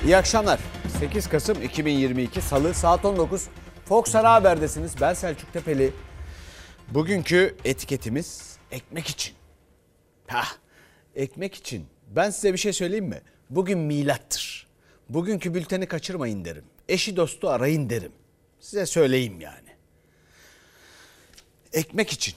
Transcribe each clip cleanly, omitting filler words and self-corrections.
İyi akşamlar. 8 Kasım 2022 Salı saat 19. Fox Ana Haber'desiniz. Ben Selçuk Tepeli. Bugünkü etiketimiz ekmek için. Ekmek için. Ben size bir şey söyleyeyim mi? Bugün milattır. Bugünkü bülteni kaçırmayın derim. Eşi dostu arayın derim. Size söyleyeyim yani. Ekmek için.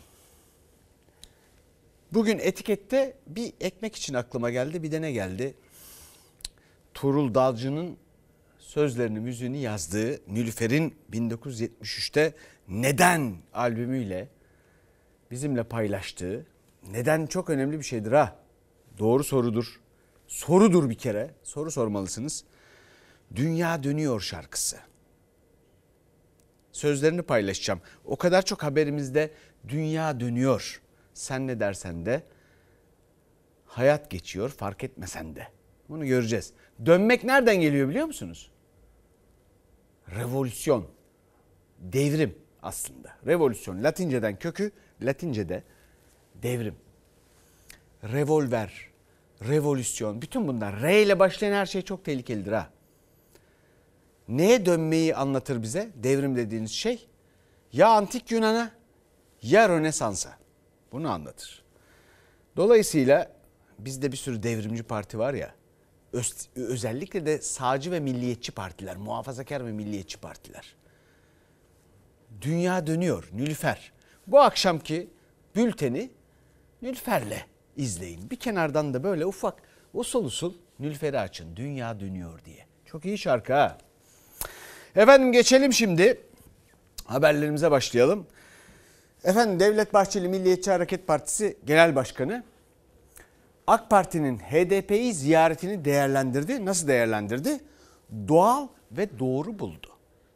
Bugün etikette bir ekmek için aklıma geldi. Bir de ne geldi? Tuğrul Dalcı'nın sözlerini, müziğini yazdığı Nilüfer'in 1973'te Neden albümüyle bizimle paylaştığı, neden çok önemli bir şeydir ha. Doğru sorudur. Sorudur bir kere. Soru sormalısınız. Dünya Dönüyor şarkısı. Sözlerini paylaşacağım. O kadar çok haberimizde dünya dönüyor. Sen ne dersen de hayat geçiyor fark etmesen de. Bunu göreceğiz. Dönmek nereden geliyor biliyor musunuz? Revolüsyon. Devrim aslında. Revolüsyon Latinceden kökü, Latince'de devrim. Revolver, revolüsyon, bütün bunlar R ile başlayan her şey çok tehlikelidir ha. Neye dönmeyi anlatır bize devrim dediğiniz şey? Ya antik Yunan'a ya Rönesans'a. Bunu anlatır. Dolayısıyla bizde bir sürü devrimci parti var ya. Özellikle de sağcı ve milliyetçi partiler, muhafazakar ve milliyetçi partiler. Dünya dönüyor, Nilüfer. Bu akşamki bülteni Nilüfer'le izleyin. Bir kenardan da böyle ufak usul usul Nilüfer'i açın. Dünya dönüyor diye. Çok iyi şarkı ha. Efendim geçelim şimdi. Haberlerimize başlayalım. Efendim Devlet Bahçeli Milliyetçi Hareket Partisi Genel Başkanı AK Parti'nin HDP'yi ziyaretini değerlendirdi. Nasıl değerlendirdi? Doğal ve doğru buldu.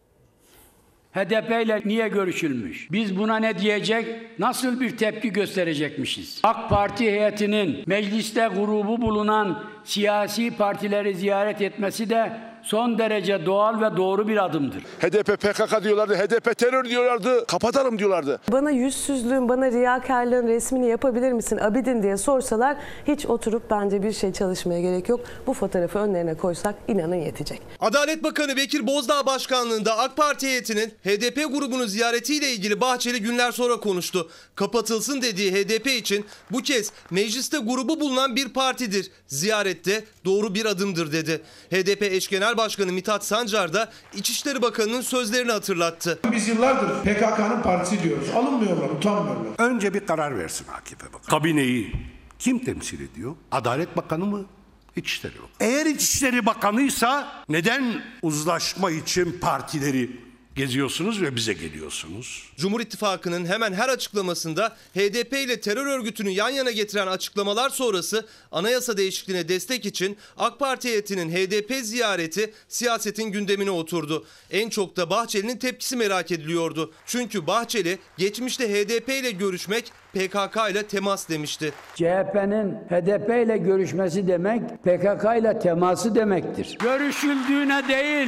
HDP ile niye görüşülmüş? Biz buna ne diyecek, nasıl bir tepki gösterecekmişiz? AK Parti heyetinin mecliste grubu bulunan siyasi partileri ziyaret etmesi de son derece doğal ve doğru bir adımdır. HDP PKK diyorlardı, HDP terör diyorlardı, kapatalım diyorlardı. Bana yüzsüzlüğün, bana riyakarlığın resmini yapabilir misin Abidin diye sorsalar hiç oturup bence bir şey çalışmaya gerek yok. Bu fotoğrafı önlerine koysak inanın yetecek. Adalet Bakanı Bekir Bozdağ başkanlığında AK Parti heyetinin HDP grubunu ziyaretiyle ilgili Bahçeli günler sonra konuştu. Kapatılsın dediği HDP için bu kez mecliste grubu bulunan bir partidir. Ziyarette doğru bir adımdır dedi. HDP eş genel başkanı Mithat Sancar da İçişleri Bakanı'nın sözlerini hatırlattı. Biz yıllardır PKK'nın partisi diyoruz. Alınmıyorlar, utanmıyorlar. Önce bir karar versin AKP Bakanı. Kabineyi kim temsil ediyor? Adalet Bakanı mı? İçişleri Bakanı. Eğer İçişleri Bakanıysa neden uzlaşma için partileri geziyorsunuz ve bize geliyorsunuz? Cumhur İttifakı'nın hemen her açıklamasında HDP ile terör örgütünü yan yana getiren açıklamalar sonrası anayasa değişikliğine destek için AK Parti heyetinin HDP ziyareti siyasetin gündemine oturdu. En çok da Bahçeli'nin tepkisi merak ediliyordu. Çünkü Bahçeli geçmişte HDP ile görüşmek PKK ile temas demişti. CHP'nin HDP ile görüşmesi demek PKK ile teması demektir. Görüşüldüğüne değil,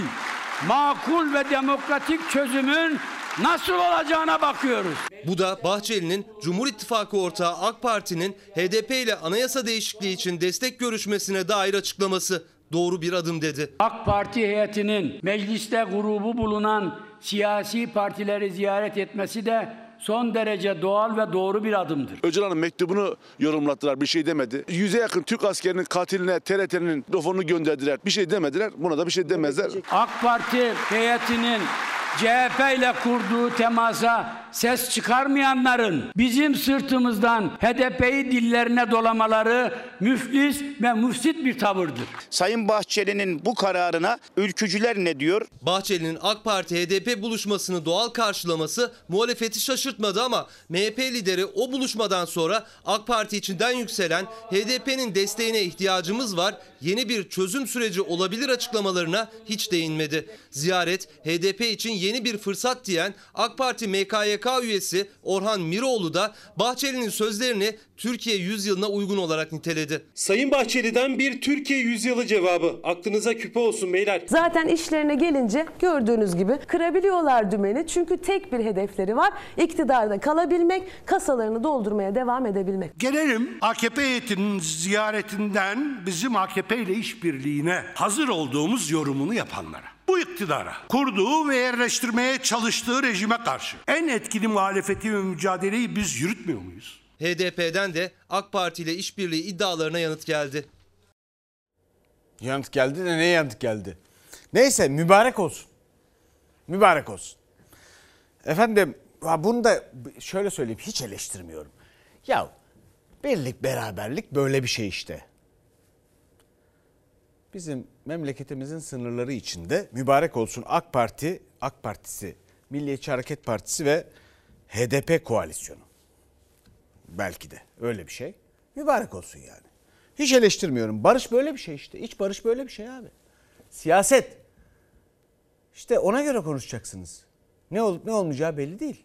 makul ve demokratik çözümün nasıl olacağına bakıyoruz. Bu da Bahçeli'nin Cumhur İttifakı ortağı AK Parti'nin HDP ile anayasa değişikliği için destek görüşmesine dair açıklaması. Doğru bir adım dedi. AK Parti heyetinin mecliste grubu bulunan siyasi partileri ziyaret etmesi de son derece doğal ve doğru bir adımdır. Öcalan'ın mektubunu yorumlattılar, bir şey demedi. 100'e yakın Türk askerinin katiline TRT'nin mikrofonunu gönderdiler. Bir şey demediler, buna da bir şey demezler. AK Parti heyetinin CHP ile kurduğu temasa ses çıkarmayanların bizim sırtımızdan HDP'yi dillerine dolamaları müflis ve müfsit bir tavırdır. Sayın Bahçeli'nin bu kararına ülkücüler ne diyor? Bahçeli'nin AK Parti HDP buluşmasını doğal karşılaması muhalefeti şaşırtmadı ama MHP lideri o buluşmadan sonra AK Parti içinden yükselen HDP'nin desteğine ihtiyacımız var, yeni bir çözüm süreci olabilir açıklamalarına hiç değinmedi. Ziyaret HDP için yeni bir fırsat diyen AK Parti MKYK üyesi Orhan Miroğlu da Bahçeli'nin sözlerini Türkiye yüzyılına uygun olarak niteledi. Sayın Bahçeli'den bir Türkiye yüzyılı cevabı. Aklınıza küpe olsun beyler. Zaten işlerine gelince gördüğünüz gibi kırabiliyorlar dümeni. Çünkü tek bir hedefleri var. İktidarda kalabilmek, kasalarını doldurmaya devam edebilmek. Gelelim AKP heyetinin ziyaretinden bizim AKP ile işbirliğine hazır olduğumuz yorumunu yapanlara. Bu iktidara, kurduğu ve yerleştirmeye çalıştığı rejime karşı en etkili muhalefeti ve mücadeleyi biz yürütmüyor muyuz? HDP'den de AK Parti ile işbirliği iddialarına yanıt geldi. Yanıt geldi de ne yanıt geldi? Neyse mübarek olsun. Mübarek olsun. Efendim bunu da şöyle söyleyeyim, hiç eleştirmiyorum. Ya birlik beraberlik böyle bir şey işte. Bizim memleketimizin sınırları içinde mübarek olsun AK Parti, AK Partisi, Milliyetçi Hareket Partisi ve HDP koalisyonu. Belki de öyle bir şey. Mübarek olsun yani. Hiç eleştirmiyorum. Barış böyle bir şey işte. İç barış böyle bir şey abi. Siyaset. İşte ona göre konuşacaksınız. Ne olup ne olmayacağı belli değil.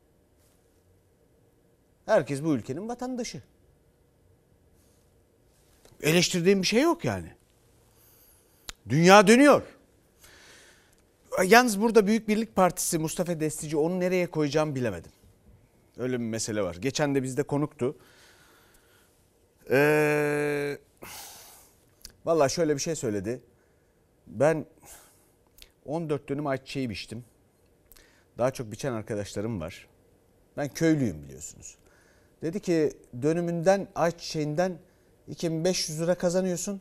Herkes bu ülkenin vatandaşı. Eleştirdiğim bir şey yok yani. Dünya dönüyor. Yalnız burada Büyük Birlik Partisi, Mustafa Destici, onu nereye koyacağımı bilemedim. Öyle bir mesele var. Geçen de bizde konuktu. Vallahi şöyle bir şey söyledi. Ben 14 dönüm ayçiçeği biçtim. Daha çok biçen arkadaşlarım var. Ben köylüyüm biliyorsunuz. Dedi ki dönümünden, ayçiçeğinden 2500 lira kazanıyorsun.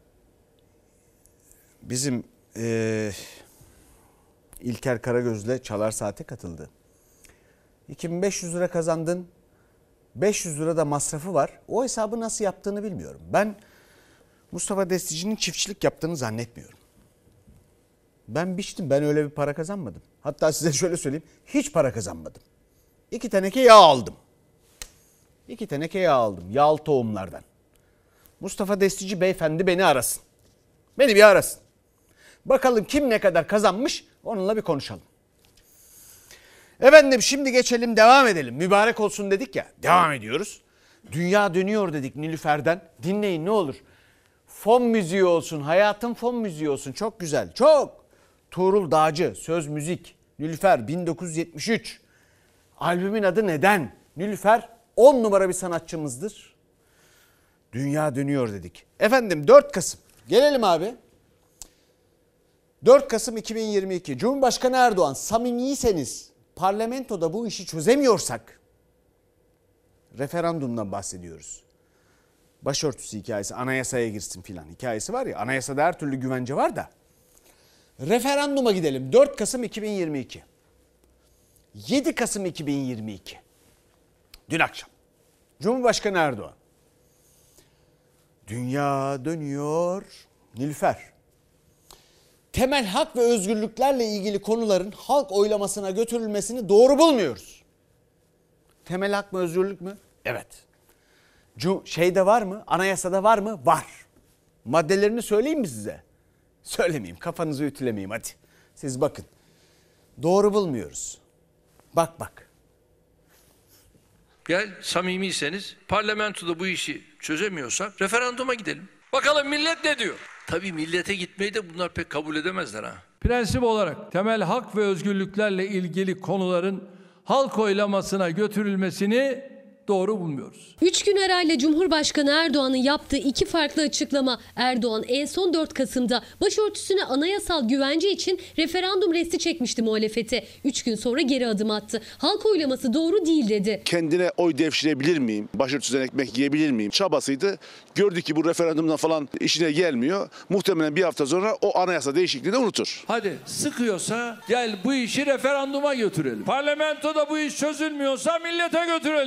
Bizim İlker Karagöz'le Çalar Saat'e katıldı. 2500 lira kazandın, 500 lira da masrafı var. O hesabı nasıl yaptığını bilmiyorum. Ben Mustafa Destici'nin çiftçilik yaptığını zannetmiyorum. Ben biçtim, ben öyle bir para kazanmadım. Hatta size şöyle söyleyeyim, hiç para kazanmadım. 2 teneke yağ aldım. 2 teneke yağ aldım, yağlı tohumlardan. Mustafa Destici beyefendi beni arasın. Beni bir arasın. Bakalım kim ne kadar kazanmış, onunla bir konuşalım. Efendim şimdi geçelim, devam edelim. Mübarek olsun dedik ya, devam ediyoruz. Dünya dönüyor dedik Nilüfer'den. Dinleyin ne olur. Fon müziği olsun, hayatın fon müziği olsun. Çok güzel, çok. Tuğrul Dağcı, söz müzik. Nilüfer 1973. Albümün adı Neden? Nilüfer 10 numara bir sanatçımızdır. Dünya dönüyor dedik. Efendim 4 Kasım. Gelelim abi. 4 Kasım 2022. Cumhurbaşkanı Erdoğan, samimiyseniz parlamentoda bu işi çözemiyorsak, referandumdan bahsediyoruz. Başörtüsü hikayesi, anayasaya girsin filan hikayesi var ya, anayasada her türlü güvence var da. Referanduma gidelim. 4 Kasım 2022. 7 Kasım 2022. Dün akşam. Cumhurbaşkanı Erdoğan. Dünya dönüyor. Nilüfer. Temel hak ve özgürlüklerle ilgili konuların halk oylamasına götürülmesini doğru bulmuyoruz. Temel hak mı, özgürlük mü? Evet. Şeyde var mı? Anayasada var mı? Var. Maddelerini söyleyeyim mi size? Söylemeyeyim. Kafanızı ütülemeyeyim hadi. Siz bakın. Doğru bulmuyoruz. Bak. Gel samimiyseniz parlamentoda bu işi çözemiyorsak referanduma gidelim. Bakalım millet ne diyor? Tabii millete gitmeyi de bunlar pek kabul edemezler ha. Prensip olarak temel hak ve özgürlüklerle ilgili konuların halk oylamasına götürülmesini doğru bulmuyoruz. 3 gün arayla Cumhurbaşkanı Erdoğan'ın yaptığı 2 farklı açıklama. Erdoğan en son 4 Kasım'da başörtüsüne anayasal güvence için referandum resti çekmişti muhalefete. 3 gün sonra geri adım attı. Halk oylaması doğru değil dedi. Kendine oy devşirebilir miyim? Başörtüsünden ekmek yiyebilir miyim? Çabasıydı. Gördük ki bu referandumdan falan işine gelmiyor. Muhtemelen bir hafta sonra o anayasa değişikliğini unutur. Hadi sıkıyorsa gel bu işi referanduma götürelim. Parlamentoda bu iş çözülmüyorsa millete götürelim.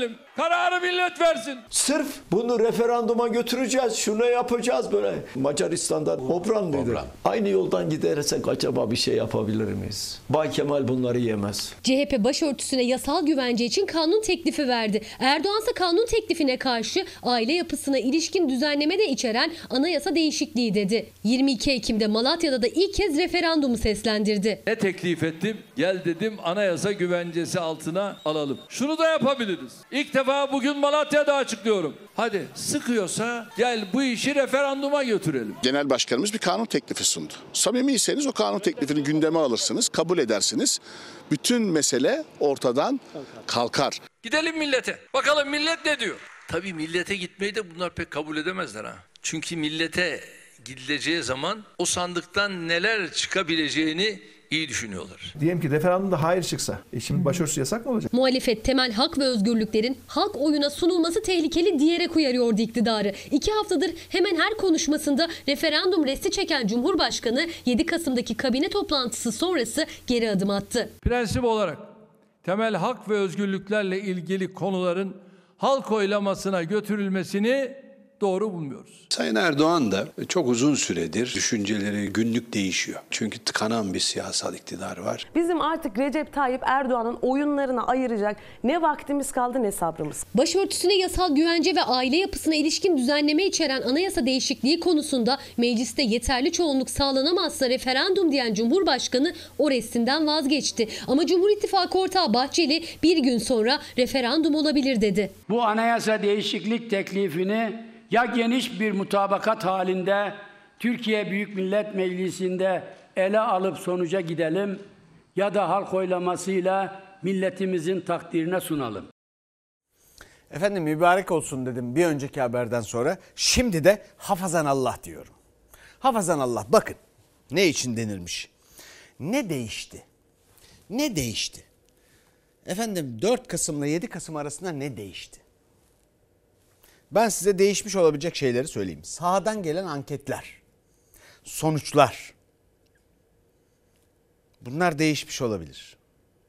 Kararı millet versin. Sırf bunu referanduma götüreceğiz, şunu yapacağız böyle. Macaristan'da Obran mıydı? Aynı yoldan gidersek acaba bir şey yapabilir miyiz? Bay Kemal bunları yemez. CHP başörtüsüne yasal güvence için kanun teklifi verdi. Erdoğan ise kanun teklifine karşı aile yapısına ilişkin düzenleme de içeren anayasa değişikliği dedi. 22 Ekim'de Malatya'da da ilk kez referandumu seslendirdi. Ne teklif ettim? Gel dedim, anayasa güvencesi altına alalım. Şunu da yapabiliriz. İlk defa bugün Malatya'da açıklıyorum. Hadi sıkıyorsa gel bu işi referanduma götürelim. Genel Başkanımız bir kanun teklifi sundu. Samimiyseniz o kanun teklifini gündeme alırsınız, kabul edersiniz. Bütün mesele ortadan kalkar. Gidelim millete. Bakalım millet ne diyor? Tabii millete gitmeyi de bunlar pek kabul edemezler ha. Çünkü millete gidileceği zaman o sandıktan neler çıkabileceğini iyi düşünüyorlar. Diyelim ki referandumda hayır çıksa, şimdi başörtüsü yasak mı olacak? Muhalefet temel hak ve özgürlüklerin halk oyuna sunulması tehlikeli diyerek uyarıyordu iktidarı. 2 haftadır hemen her konuşmasında referandum resti çeken Cumhurbaşkanı 7 Kasım'daki kabine toplantısı sonrası geri adım attı. Prensip olarak temel hak ve özgürlüklerle ilgili konuların halk oylamasına götürülmesini doğru bulmuyoruz. Sayın Erdoğan da çok uzun süredir düşünceleri günlük değişiyor. Çünkü tıkanan bir siyasal iktidar var. Bizim artık Recep Tayyip Erdoğan'ın oyunlarına ayıracak ne vaktimiz kaldı ne sabrımız. Başörtüsüne yasal güvence ve aile yapısına ilişkin düzenleme içeren anayasa değişikliği konusunda mecliste yeterli çoğunluk sağlanamazsa referandum diyen Cumhurbaşkanı o restinden vazgeçti. Ama Cumhur İttifakı ortağı Bahçeli bir gün sonra referandum olabilir dedi. Bu anayasa değişiklik teklifini ya geniş bir mutabakat halinde Türkiye Büyük Millet Meclisi'nde ele alıp sonuca gidelim ya da halk oylamasıyla milletimizin takdirine sunalım. Efendim mübarek olsun dedim bir önceki haberden sonra. Şimdi de hafazanallah diyorum. Hafazanallah, bakın ne için denilmiş. Ne değişti? Ne değişti? Efendim 4 Kasım'la 7 Kasım arasında ne değişti? Ben size değişmiş olabilecek şeyleri söyleyeyim. Sahadan gelen anketler, sonuçlar. Bunlar değişmiş olabilir.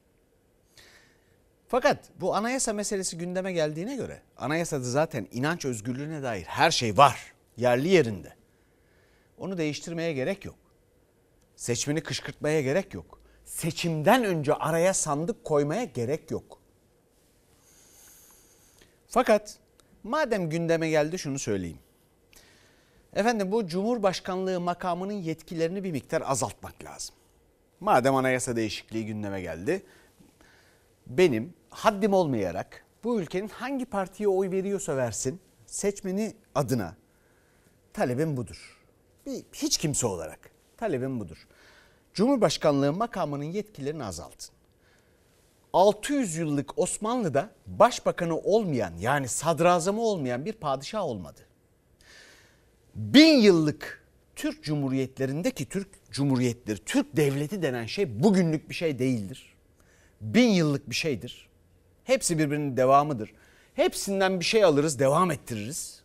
Fakat bu anayasa meselesi gündeme geldiğine göre anayasada zaten inanç özgürlüğüne dair her şey var. Yerli yerinde. Onu değiştirmeye gerek yok. Seçmeni kışkırtmaya gerek yok. Seçimden önce araya sandık koymaya gerek yok. Fakat madem gündeme geldi şunu söyleyeyim. Efendim bu Cumhurbaşkanlığı makamının yetkilerini bir miktar azaltmak lazım. Madem anayasa değişikliği gündeme geldi, benim haddim olmayarak bu ülkenin hangi partiye oy veriyorsa versin seçmeni adına talebim budur. Hiç kimse olarak talebim budur. Cumhurbaşkanlığı makamının yetkilerini azaltın. 600 yıllık Osmanlı'da başbakanı olmayan, yani sadrazamı olmayan bir padişah olmadı. 1000 yıllık Türk Cumhuriyetlerindeki Türk Cumhuriyetleri, Türk devleti denen şey bugünlük bir şey değildir. 1000 yıllık bir şeydir. Hepsi birbirinin devamıdır. Hepsinden bir şey alırız, devam ettiririz.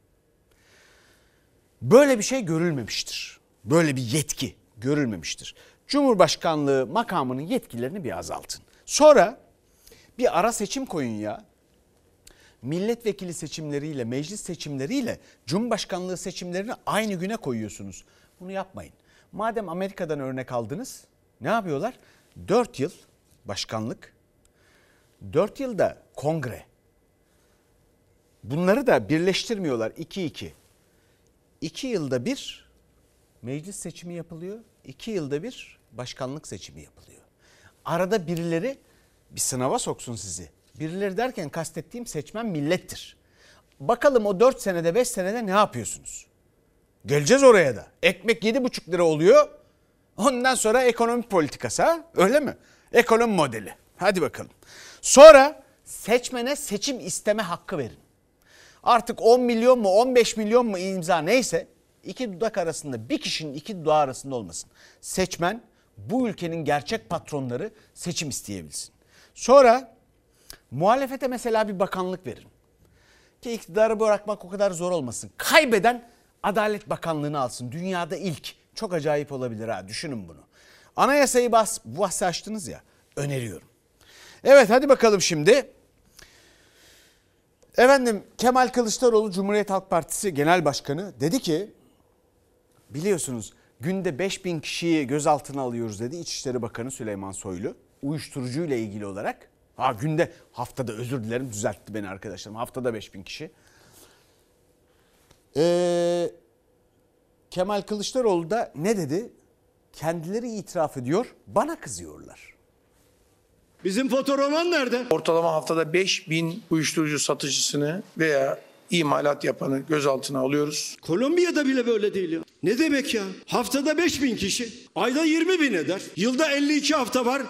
Böyle bir şey görülmemiştir. Böyle bir yetki görülmemiştir. Cumhurbaşkanlığı makamının yetkilerini bir azaltın. Sonra bir ara seçim koyun ya. Milletvekili seçimleriyle, meclis seçimleriyle Cumhurbaşkanlığı seçimlerini aynı güne koyuyorsunuz. Bunu yapmayın. Madem Amerika'dan örnek aldınız, ne yapıyorlar? 4 yıl başkanlık, 4 yılda kongre. Bunları da birleştirmiyorlar 2-2. 2 yılda bir meclis seçimi yapılıyor, 2 yılda bir başkanlık seçimi yapılıyor. Arada birileri bir sınava soksun sizi. Birileri derken kastettiğim seçmen millettir. Bakalım o 4 senede 5 senede ne yapıyorsunuz? Geleceğiz oraya da. Ekmek 7,5 lira oluyor. Ondan sonra ekonomi politikası, ha? Öyle mi? Ekonomi modeli. Hadi bakalım. Sonra seçmene seçim isteme hakkı verin. Artık 10 milyon mu 15 milyon mu imza neyse iki dudak arasında, bir kişinin iki dudağı arasında olmasın. Seçmen bu ülkenin gerçek patronları seçim isteyebilsin. Sonra muhalefete mesela bir bakanlık verin. Ki iktidarı bırakmak o kadar zor olmasın. Kaybeden Adalet Bakanlığı'nı alsın. Dünyada ilk. Çok acayip olabilir ha, düşünün bunu. Anayasayı bahsi açtınız ya, öneriyorum. Evet hadi bakalım şimdi. Efendim Kemal Kılıçdaroğlu Cumhuriyet Halk Partisi Genel Başkanı dedi ki biliyorsunuz günde 5000 kişiyi gözaltına alıyoruz dedi İçişleri Bakanı Süleyman Soylu. Uyuşturucuyla ilgili olarak haftada özür dilerim düzeltti beni arkadaşlarım haftada 5000 kişi. Kemal Kılıçdaroğlu da ne dedi? Kendileri itiraf ediyor, bana kızıyorlar. Bizim fotoroman nerede? Ortalama haftada 5000 uyuşturucu satıcısını veya imalat yapanı gözaltına alıyoruz. Kolombiya'da bile böyle değil ya. Ne demek ya? Haftada 5000 kişi. Ayda 20.000 eder. Yılda 52 hafta var.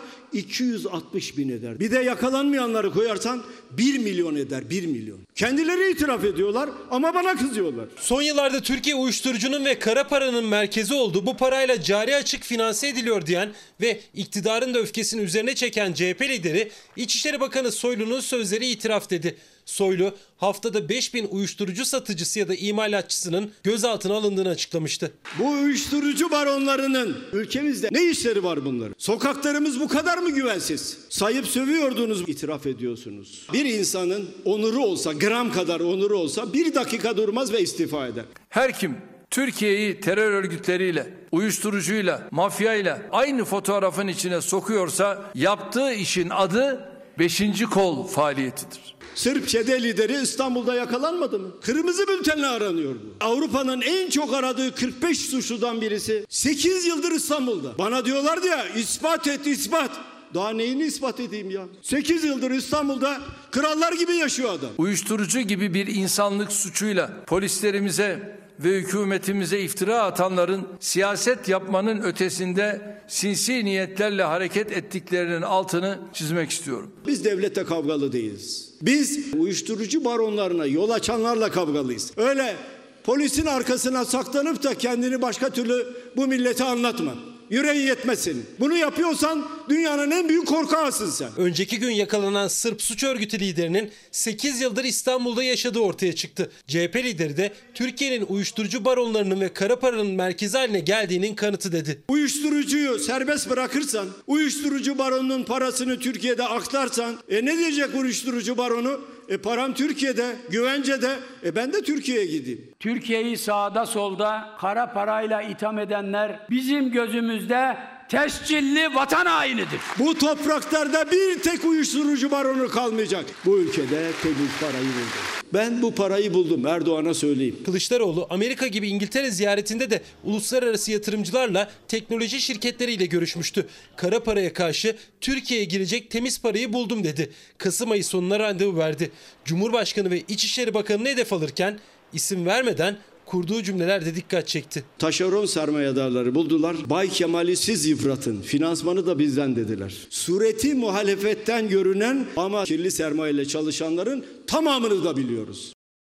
260.000 eder. Bir de yakalanmayanları koyarsan 1 milyon eder. 1 milyon. Kendileri itiraf ediyorlar ama bana kızıyorlar. Son yıllarda Türkiye uyuşturucunun ve kara paranın merkezi oldu. Bu parayla cari açık finanse ediliyor diyen ve iktidarın da öfkesini üzerine çeken CHP lideri İçişleri Bakanı Soylu'nun sözleri itiraf dedi. Soylu haftada 5000 uyuşturucu satıcısı ya da imalatçısının gözaltına alındığını açıklamıştı. Bu uyuşturucu baronlarının ülkemizde ne işleri var bunların? Sokaklarımız bu kadar mı güvensiz? Sayıp sövüyordunuz, itiraf ediyorsunuz. Bir insanın onuru olsa, gram kadar onuru olsa 1 dakika durmaz ve istifa eder. Her kim Türkiye'yi terör örgütleriyle, uyuşturucuyla, mafyayla aynı fotoğrafın içine sokuyorsa yaptığı işin adı 5. kol faaliyetidir. Sırp çete lideri İstanbul'da yakalanmadı mı? Kırmızı bültenle aranıyor bu. Avrupa'nın en çok aradığı 45 suçludan birisi 8 yıldır İstanbul'da. Bana diyorlardı ya ispat et ispat. Daha neyini ispat edeyim ya? 8 yıldır İstanbul'da krallar gibi yaşıyor adam. Uyuşturucu gibi bir insanlık suçuyla polislerimize ve hükümetimize iftira atanların siyaset yapmanın ötesinde sinsi niyetlerle hareket ettiklerinin altını çizmek istiyorum. Biz devlette kavgalı değiliz. Biz uyuşturucu baronlarına yol açanlarla kavgalıyız. Öyle polisin arkasına saklanıp da kendini başka türlü bu millete anlatma. Yüreği yetmesin. Bunu yapıyorsan dünyanın en büyük korkağısın sen. Önceki gün yakalanan Sırp suç örgütü liderinin 8 yıldır İstanbul'da yaşadığı ortaya çıktı. CHP lideri de Türkiye'nin uyuşturucu baronlarının ve kara paranın merkezi haline geldiğinin kanıtı dedi. Uyuşturucuyu serbest bırakırsan, uyuşturucu baronunun parasını Türkiye'de aktarsan, ne diyecek uyuşturucu baronu? Param Türkiye'de, güvencede, ben de Türkiye'ye gideyim. Türkiye'yi sağda solda kara parayla itham edenler bizim gözümüzde tescilli vatan hainidir. Bu topraklarda bir tek uyuşturucu baronu kalmayacak. Bu ülkede temiz parayı buldum. Ben bu parayı buldum, Erdoğan'a söyleyeyim. Kılıçdaroğlu Amerika gibi İngiltere ziyaretinde de uluslararası yatırımcılarla teknoloji şirketleriyle görüşmüştü. Kara paraya karşı Türkiye'ye girecek temiz parayı buldum dedi. Kasım ayı sonuna randevu verdi. Cumhurbaşkanı ve İçişleri Bakanı'nı hedef alırken isim vermeden kurduğu cümleler de dikkat çekti. Taşeron sermayedarları buldular. Bay Kemal'i siz yıpratın. Finansmanı da bizden dediler. Sureti muhalefetten görünen ama kirli sermayeyle çalışanların tamamını da biliyoruz.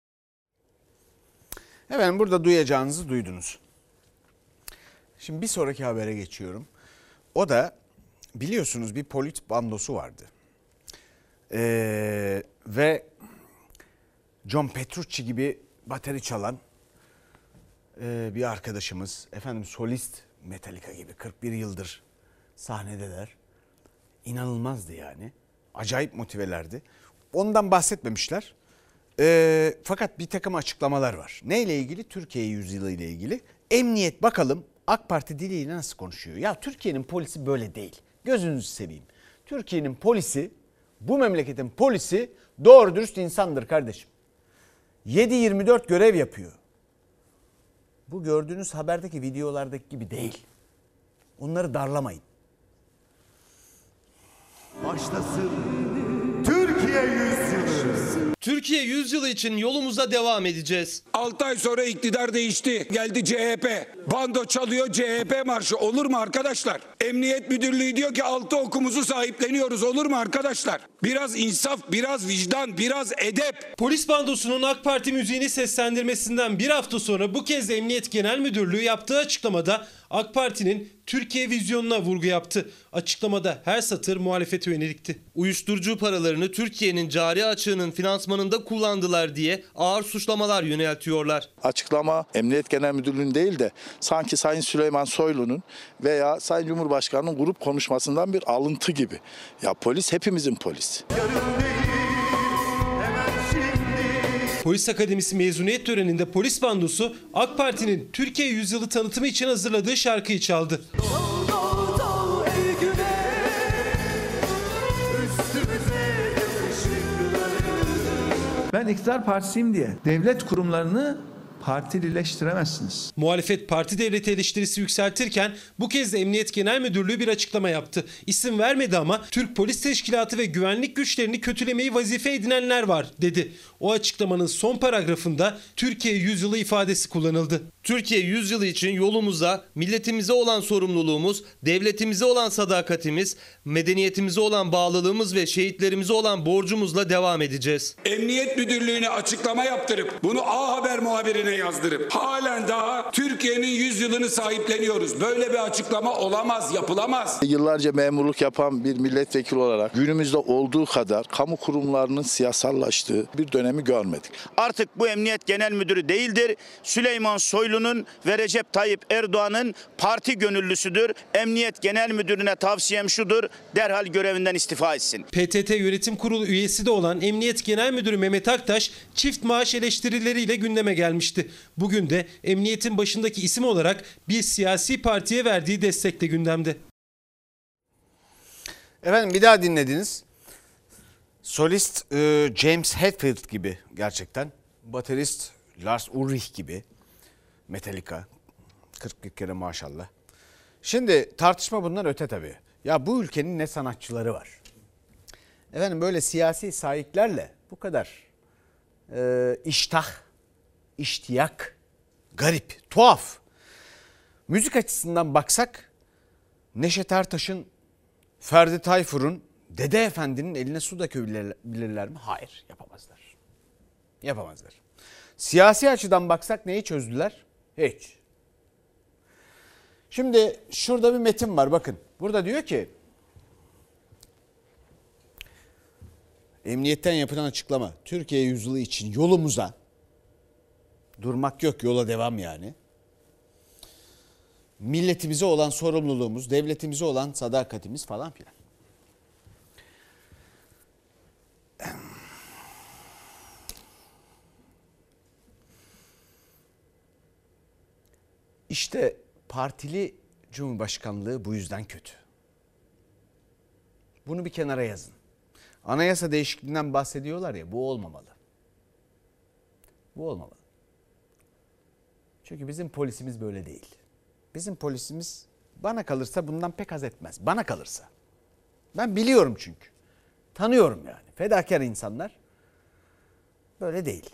Efendim burada duyacağınızı duydunuz. Şimdi bir sonraki habere geçiyorum. O da biliyorsunuz bir polit bandosu vardı. Ve John Petrucci gibi bateri çalan bir arkadaşımız, efendim solist Metallica gibi 41 yıldır sahnedeler. İnanılmazdı yani. Acayip motivelerdi. Ondan bahsetmemişler. Fakat bir takım açıklamalar var. Neyle ilgili? Türkiye yüzyılı ile ilgili. Emniyet bakalım AK Parti diliyle nasıl konuşuyor? Ya Türkiye'nin polisi böyle değil. Gözünüzü seveyim. Türkiye'nin polisi, bu memleketin polisi doğru dürüst insandır kardeşim. 7/24 görev yapıyor. Bu gördüğünüz haberdeki videolardaki gibi değil. Onları darlamayın. Başlasın Türkiye yüzyılı. Türkiye yüzyılı için yolumuza devam edeceğiz. 6 ay sonra iktidar değişti. Geldi CHP. Bando çalıyor, CHP marşı. Olur mu arkadaşlar? Emniyet Müdürlüğü diyor ki 6 okumuzu sahipleniyoruz. Olur mu arkadaşlar? Biraz insaf, biraz vicdan, biraz edep. Polis bandosunun AK Parti müziğini seslendirmesinden bir hafta sonra bu kez Emniyet Genel Müdürlüğü yaptığı açıklamada AK Parti'nin Türkiye vizyonuna vurgu yaptı. Açıklamada her satır muhalefete yönelikti. Uyuşturucu paralarını Türkiye'nin cari açığının finansmanında kullandılar diye ağır suçlamalar yöneltiyorlar. Açıklama Emniyet Genel Müdürlüğü'nün değil de sanki Sayın Süleyman Soylu'nun veya Sayın Cumhurbaşkanı'nın grup konuşmasından bir alıntı gibi. Ya polis hepimizin polisi. Yarın değil, hemen şimdi. Polis Akademisi mezuniyet töreninde polis bandosu AK Parti'nin Türkiye Yüzyılı tanıtımı için hazırladığı şarkıyı çaldı. Ben iktidar partisiyim diye devlet kurumlarını partilileştiremezsiniz. Muhalefet parti devleti eleştirisi yükseltirken bu kez de Emniyet Genel Müdürlüğü bir açıklama yaptı. İsim vermedi ama Türk Polis Teşkilatı ve güvenlik güçlerini kötülemeyi vazife edinenler var dedi. O açıklamanın son paragrafında Türkiye Yüzyılı ifadesi kullanıldı. Türkiye yüzyılı için yolumuza, milletimize olan sorumluluğumuz, devletimize olan sadakatimiz, medeniyetimize olan bağlılığımız ve şehitlerimize olan borcumuzla devam edeceğiz. Emniyet Müdürlüğü'ne açıklama yaptırıp bunu A Haber muhabirine yazdırıp halen daha Türkiye'nin yüzyılını sahipleniyoruz. Böyle bir açıklama olamaz, yapılamaz. Yıllarca memurluk yapan bir milletvekili olarak günümüzde olduğu kadar kamu kurumlarının siyasallaştığı bir dönemi görmedik. Artık bu Emniyet Genel Müdürü değildir. Süleyman Soylu'nun ve Recep Tayyip Erdoğan'ın parti gönüllüsüdür. Emniyet Genel Müdürü'ne tavsiyem şudur: derhal görevinden istifa etsin. PTT Yönetim Kurulu üyesi de olan Emniyet Genel Müdürü Mehmet Aktaş çift maaş eleştirileriyle gündeme gelmişti. Bugün de emniyetin başındaki isim olarak bir siyasi partiye verdiği destekle gündemde. Efendim bir daha dinlediniz. Solist James Hetfield gibi gerçekten. Baterist Lars Ulrich gibi. Metallica. 40 kere maşallah. Şimdi tartışma bundan öte tabii. Ya bu ülkenin ne sanatçıları var. Efendim böyle siyasi sahiplerle bu kadar iştiyak, garip, tuhaf. Müzik açısından baksak Neşet Ertaş'ın, Ferdi Tayfur'un, Dede Efendi'nin eline su dökebilirler mi? Hayır, yapamazlar. Yapamazlar. Siyasi açıdan baksak neyi çözdüler? Hiç. Şimdi şurada bir metin var bakın. Burada diyor ki emniyetten yapılan açıklama Türkiye yüzyılı için yolumuza durmak yok, yola devam yani. Milletimize olan sorumluluğumuz, devletimize olan sadakatimiz falan filan. İşte partili cumhurbaşkanlığı bu yüzden kötü. Bunu bir kenara yazın. Anayasa değişikliğinden bahsediyorlar ya, bu olmamalı. Bu olmamalı. Çünkü bizim polisimiz böyle değil. Bizim polisimiz bana kalırsa bundan pek haz etmez. Bana kalırsa. Ben biliyorum çünkü. Tanıyorum yani. Fedakar insanlar böyle değil.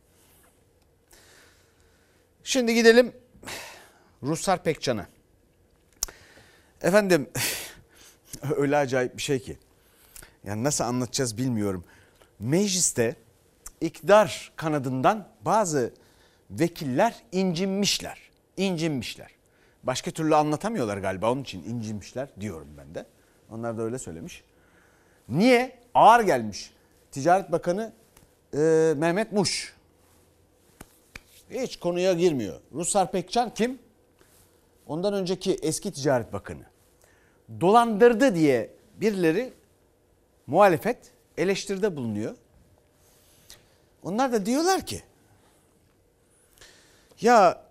Şimdi gidelim Ruslar Pekcan'a. Efendim öyle acayip bir şey ki. Yani nasıl anlatacağız bilmiyorum. Mecliste iktidar kanadından bazı vekiller incinmişler. İncinmişler. Başka türlü anlatamıyorlar galiba, onun için incinmişler diyorum ben de. Onlar da öyle söylemiş. Niye? Ağır gelmiş. Ticaret Bakanı Mehmet Muş. Hiç konuya girmiyor. Ruslar Pekcan kim? Ondan önceki eski Ticaret Bakanı. Dolandırdı diye birileri, muhalefet eleştiride bulunuyor. Onlar da diyorlar ki ya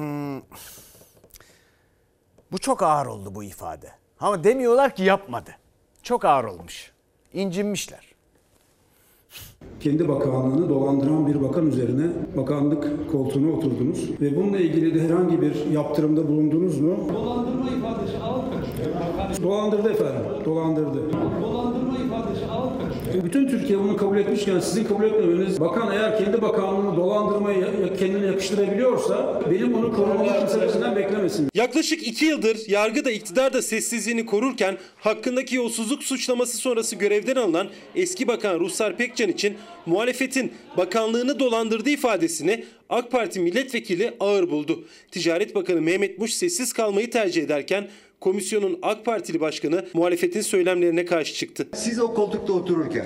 bu çok ağır oldu bu ifade. Ama demiyorlar ki yapmadı. Çok ağır olmuş. İncinmişler. Kendi bakanlığını dolandıran bir bakan üzerine bakanlık koltuğuna oturdunuz ve bununla ilgili de herhangi bir yaptırımda bulundunuz mu? Dolandırma ifadesi ağır kaçıyor. Dolandırdı efendim, dolandırdı. Dolandırma ifadesi ağır kaçıyor. Bütün Türkiye bunu kabul etmişken sizin kabul etmemeniz, bakan eğer kendi bakanlığını dolandırmayı kendine yakıştırabiliyorsa benim bunu korumamı kimsesinden beklemesin. Yaklaşık 2 yıldır yargı da iktidar da sessizliğini korurken hakkındaki yolsuzluk suçlaması sonrası görevden alınan eski bakan Ruslar Pekcan için muhalefetin bakanlığını dolandırdığı ifadesini AK Parti milletvekili ağır buldu. Ticaret Bakanı Mehmet Muş sessiz kalmayı tercih ederken komisyonun AK Partili başkanı muhalefetin söylemlerine karşı çıktı. Siz o koltukta otururken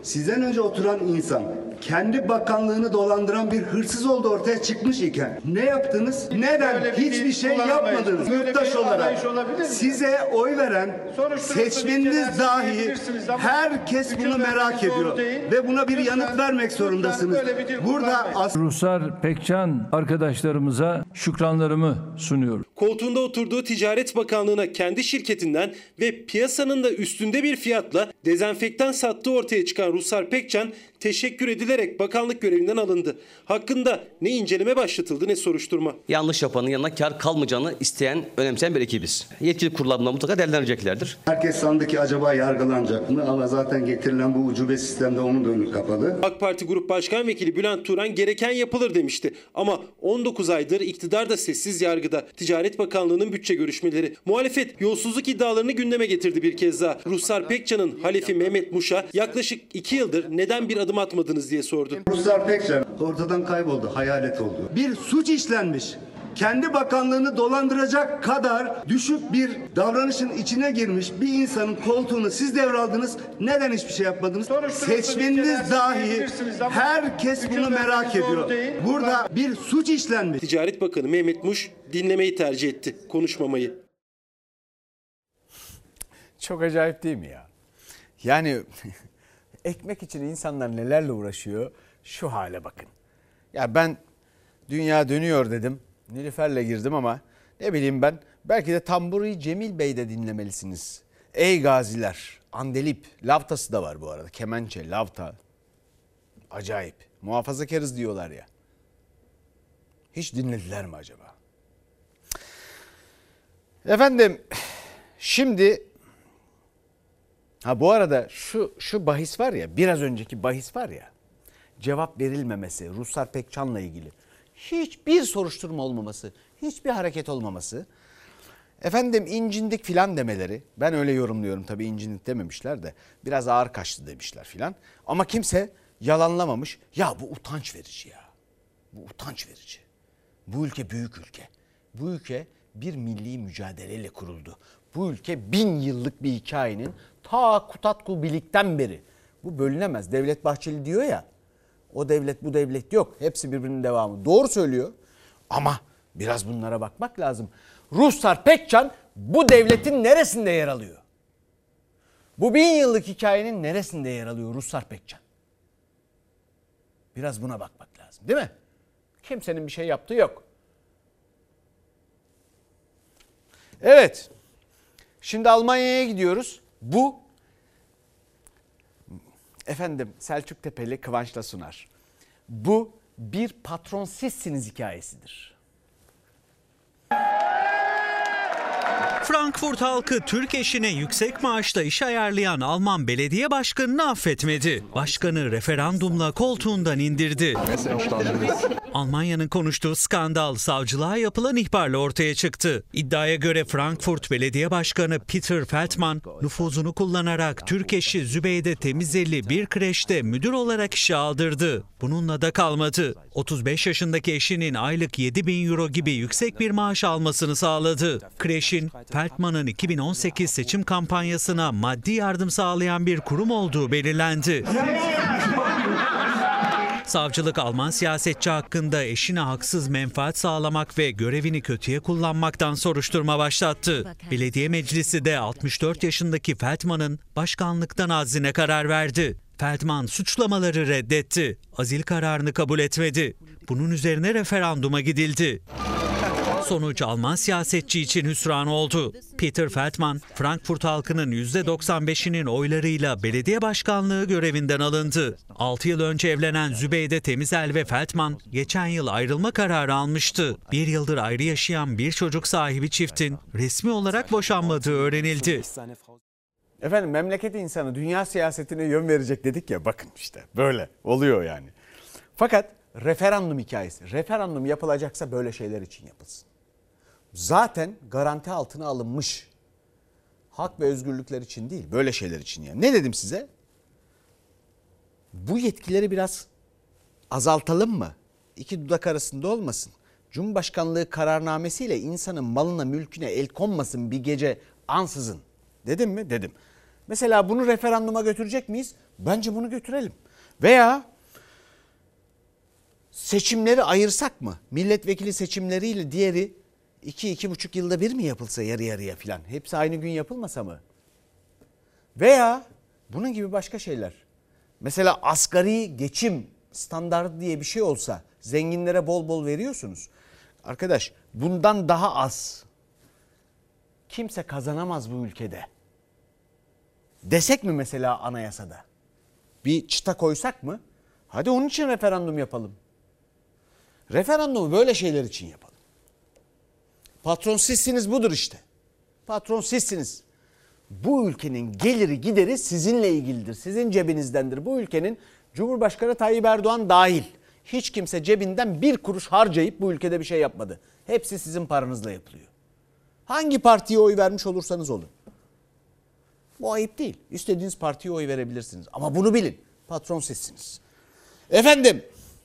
sizden önce oturan insan kendi bakanlığını dolandıran bir hırsız olduğu ortaya çıkmış iken ne yaptınız? Neden hiçbir şey yapmadınız? Yurttaş olarak size oy veren seçmeniniz dahi herkes bunu merak ediyor ve buna bir yanıt vermek zorundasınız. Burada Ruhsar Pekcan arkadaşlarımıza şükranlarımı sunuyorum. Koltuğunda oturduğu Ticaret Bakanlığı'na kendi şirketinden ve piyasanın da üstünde bir fiyatla dezenfektan sattığı ortaya çıkan Ruhsar Pekcan teşekkür edilerek bakanlık görevinden alındı. Hakkında ne inceleme başlatıldı ne soruşturma. Yanlış yapanın yanına kar kalmayacağını isteyen, önemseyen bir ekibiz. Yetkili kurullar bundan mutlaka değerlendireceklerdir. Herkes sandı ki acaba yargılanacak mı? Ama zaten getirilen bu ucube sistemde onun da önü kapalı. AK Parti Grup Başkan Vekili Bülent Turan gereken yapılır demişti. Ama 19 aydır iktidar da sessiz yargıda. Ticaret Bakanlığı'nın bütçe görüşmeleri. Muhalefet yolsuzluk iddialarını gündeme getirdi bir kez daha. Ruhsar Pekcan'ın halefi Mehmet Muş'a yaklaşık 2 yıldır neden bir adım atmadınız diye sordu. Ruhsar Pekcan ortadan kayboldu, hayalet oldu. Bir suç işlenmiş. Kendi bakanlığını dolandıracak kadar düşük bir davranışın içine girmiş bir insanın koltuğunu siz devraldınız. Neden hiçbir şey yapmadınız? Seçmeniniz dahi herkes bunu merak ediyor. Burada bir suç işlenmiş. Ticaret Bakanı Mehmet Muş dinlemeyi tercih etti, konuşmamayı. Çok acayip değil mi ya? Yani ekmek için insanlar nelerle uğraşıyor, şu hale bakın. Ya ben dünya dönüyor dedim. Nilüfer'le girdim ama ne bileyim ben, belki de Tamburi Cemil Bey de dinlemelisiniz. Ey gaziler, Andalip, lavtası da var bu arada. Kemençe, lavta. Acayip. Muhafazakarız diyorlar ya. Hiç dinlediler mi acaba? Efendim, şimdi bu arada şu bahis var ya, biraz önceki bahis var ya, cevap verilmemesi, Ruhsar Pekcan'la ilgili hiçbir soruşturma olmaması, hiçbir hareket olmaması, efendim incindik filan demeleri, ben öyle yorumluyorum tabii, incindik dememişler de biraz ağır kaçtı demişler filan, ama kimse yalanlamamış. Ya bu utanç verici ya, bu utanç verici. Bu ülke büyük ülke, bu ülke bir milli mücadeleyle kuruldu. Bu ülke 1000 yıllık bir hikayenin ta Kutatku Bilik'ten beri. Bu bölünemez. Devlet Bahçeli diyor ya, o devlet bu devlet yok. Hepsi birbirinin devamı. Doğru söylüyor ama biraz bunlara bakmak lazım. Ruhsar Pekcan bu devletin neresinde yer alıyor? Bu 1000 yıllık hikayenin neresinde yer alıyor Ruhsar Pekcan? Biraz buna bakmak lazım, değil mi? Kimsenin bir şey yaptığı yok. Evet. Şimdi Almanya'ya gidiyoruz. Bu efendim Selçuk Tepeli Kıvanç'la sunar. Bu bir patron sizsiniz hikayesidir. Frankfurt halkı Türk eşine yüksek maaşla iş ayarlayan Alman belediye başkanını affetmedi. Başkanı referandumla koltuğundan indirdi. Almanya'nın konuştuğu skandal savcılığa yapılan ihbarla ortaya çıktı. İddiaya göre Frankfurt Belediye Başkanı Peter Feldman nüfuzunu kullanarak Türk eşi Zübeyde Temizeli bir kreşte müdür olarak işe aldırdı. Bununla da kalmadı. 35 yaşındaki eşinin aylık 7.000 euro gibi yüksek bir maaş almasını sağladı. Kreşin Feldman'ın 2018 seçim kampanyasına maddi yardım sağlayan bir kurum olduğu belirlendi. Savcılık Alman siyasetçi hakkında eşine haksız menfaat sağlamak ve görevini kötüye kullanmaktan soruşturma başlattı. Belediye meclisi de 64 yaşındaki Feldman'ın başkanlıktan azline karar verdi. Feldman suçlamaları reddetti. Azil kararını kabul etmedi. Bunun üzerine referanduma gidildi. Sonuç Alman siyasetçi için hüsran oldu. Peter Feldman, Frankfurt halkının %95'inin oylarıyla belediye başkanlığı görevinden alındı. 6 yıl önce evlenen Zübeyde Temizel ve Feldman geçen yıl ayrılma kararı almıştı. 1 yıldır ayrı yaşayan bir çocuk sahibi çiftin resmi olarak boşanmadığı öğrenildi. Efendim memleket insanı dünya siyasetine yön verecek dedik ya, bakın işte böyle oluyor yani. Fakat referandum hikayesi, referandum yapılacaksa böyle şeyler için yapılsın. Zaten garanti altına alınmış. Hak ve özgürlükler için değil, böyle şeyler için yani. Ne dedim size? Bu yetkileri biraz azaltalım mı? İki dudak arasında olmasın. Cumhurbaşkanlığı kararnamesiyle insanın malına, mülküne el konmasın bir gece ansızın. Dedim mi? Dedim. Mesela bunu referanduma götürecek miyiz? Bence bunu götürelim. Veya seçimleri ayırsak mı? Milletvekili seçimleriyle diğeri 2-2,5 yılda bir mi yapılsa yarı yarıya filan? Hepsi aynı gün yapılmasa mı? Veya bunun gibi başka şeyler. Mesela asgari geçim standardı diye bir şey olsa, zenginlere bol bol veriyorsunuz. Arkadaş, bundan daha az kimse kazanamaz bu ülkede. Desek mi mesela anayasada? Bir çıta koysak mı? Hadi onun için referandum yapalım. Referandumu böyle şeyler için yapalım. Patron sizsiniz, budur işte. Patron sizsiniz. Bu ülkenin geliri gideri sizinle ilgilidir. Sizin cebinizdendir. Bu ülkenin Cumhurbaşkanı Tayyip Erdoğan dahil hiç kimse cebinden bir kuruş harcayıp bu ülkede bir şey yapmadı. Hepsi sizin paranızla yapılıyor. Hangi partiye oy vermiş olursanız olun. Bu ayıp değil. İstediğiniz partiye oy verebilirsiniz. Ama bunu bilin. Patron sizsiniz. Efendim.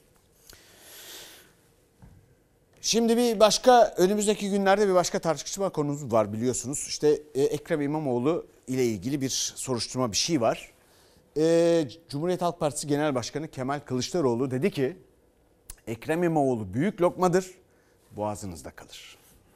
Şimdi bir başka, önümüzdeki günlerde bir başka tartışma konumuz var biliyorsunuz. İşte Ekrem İmamoğlu ile ilgili bir soruşturma, bir şey var. Cumhuriyet Halk Partisi Genel Başkanı Kemal Kılıçdaroğlu dedi ki Ekrem İmamoğlu büyük lokmadır, boğazınızda kalır.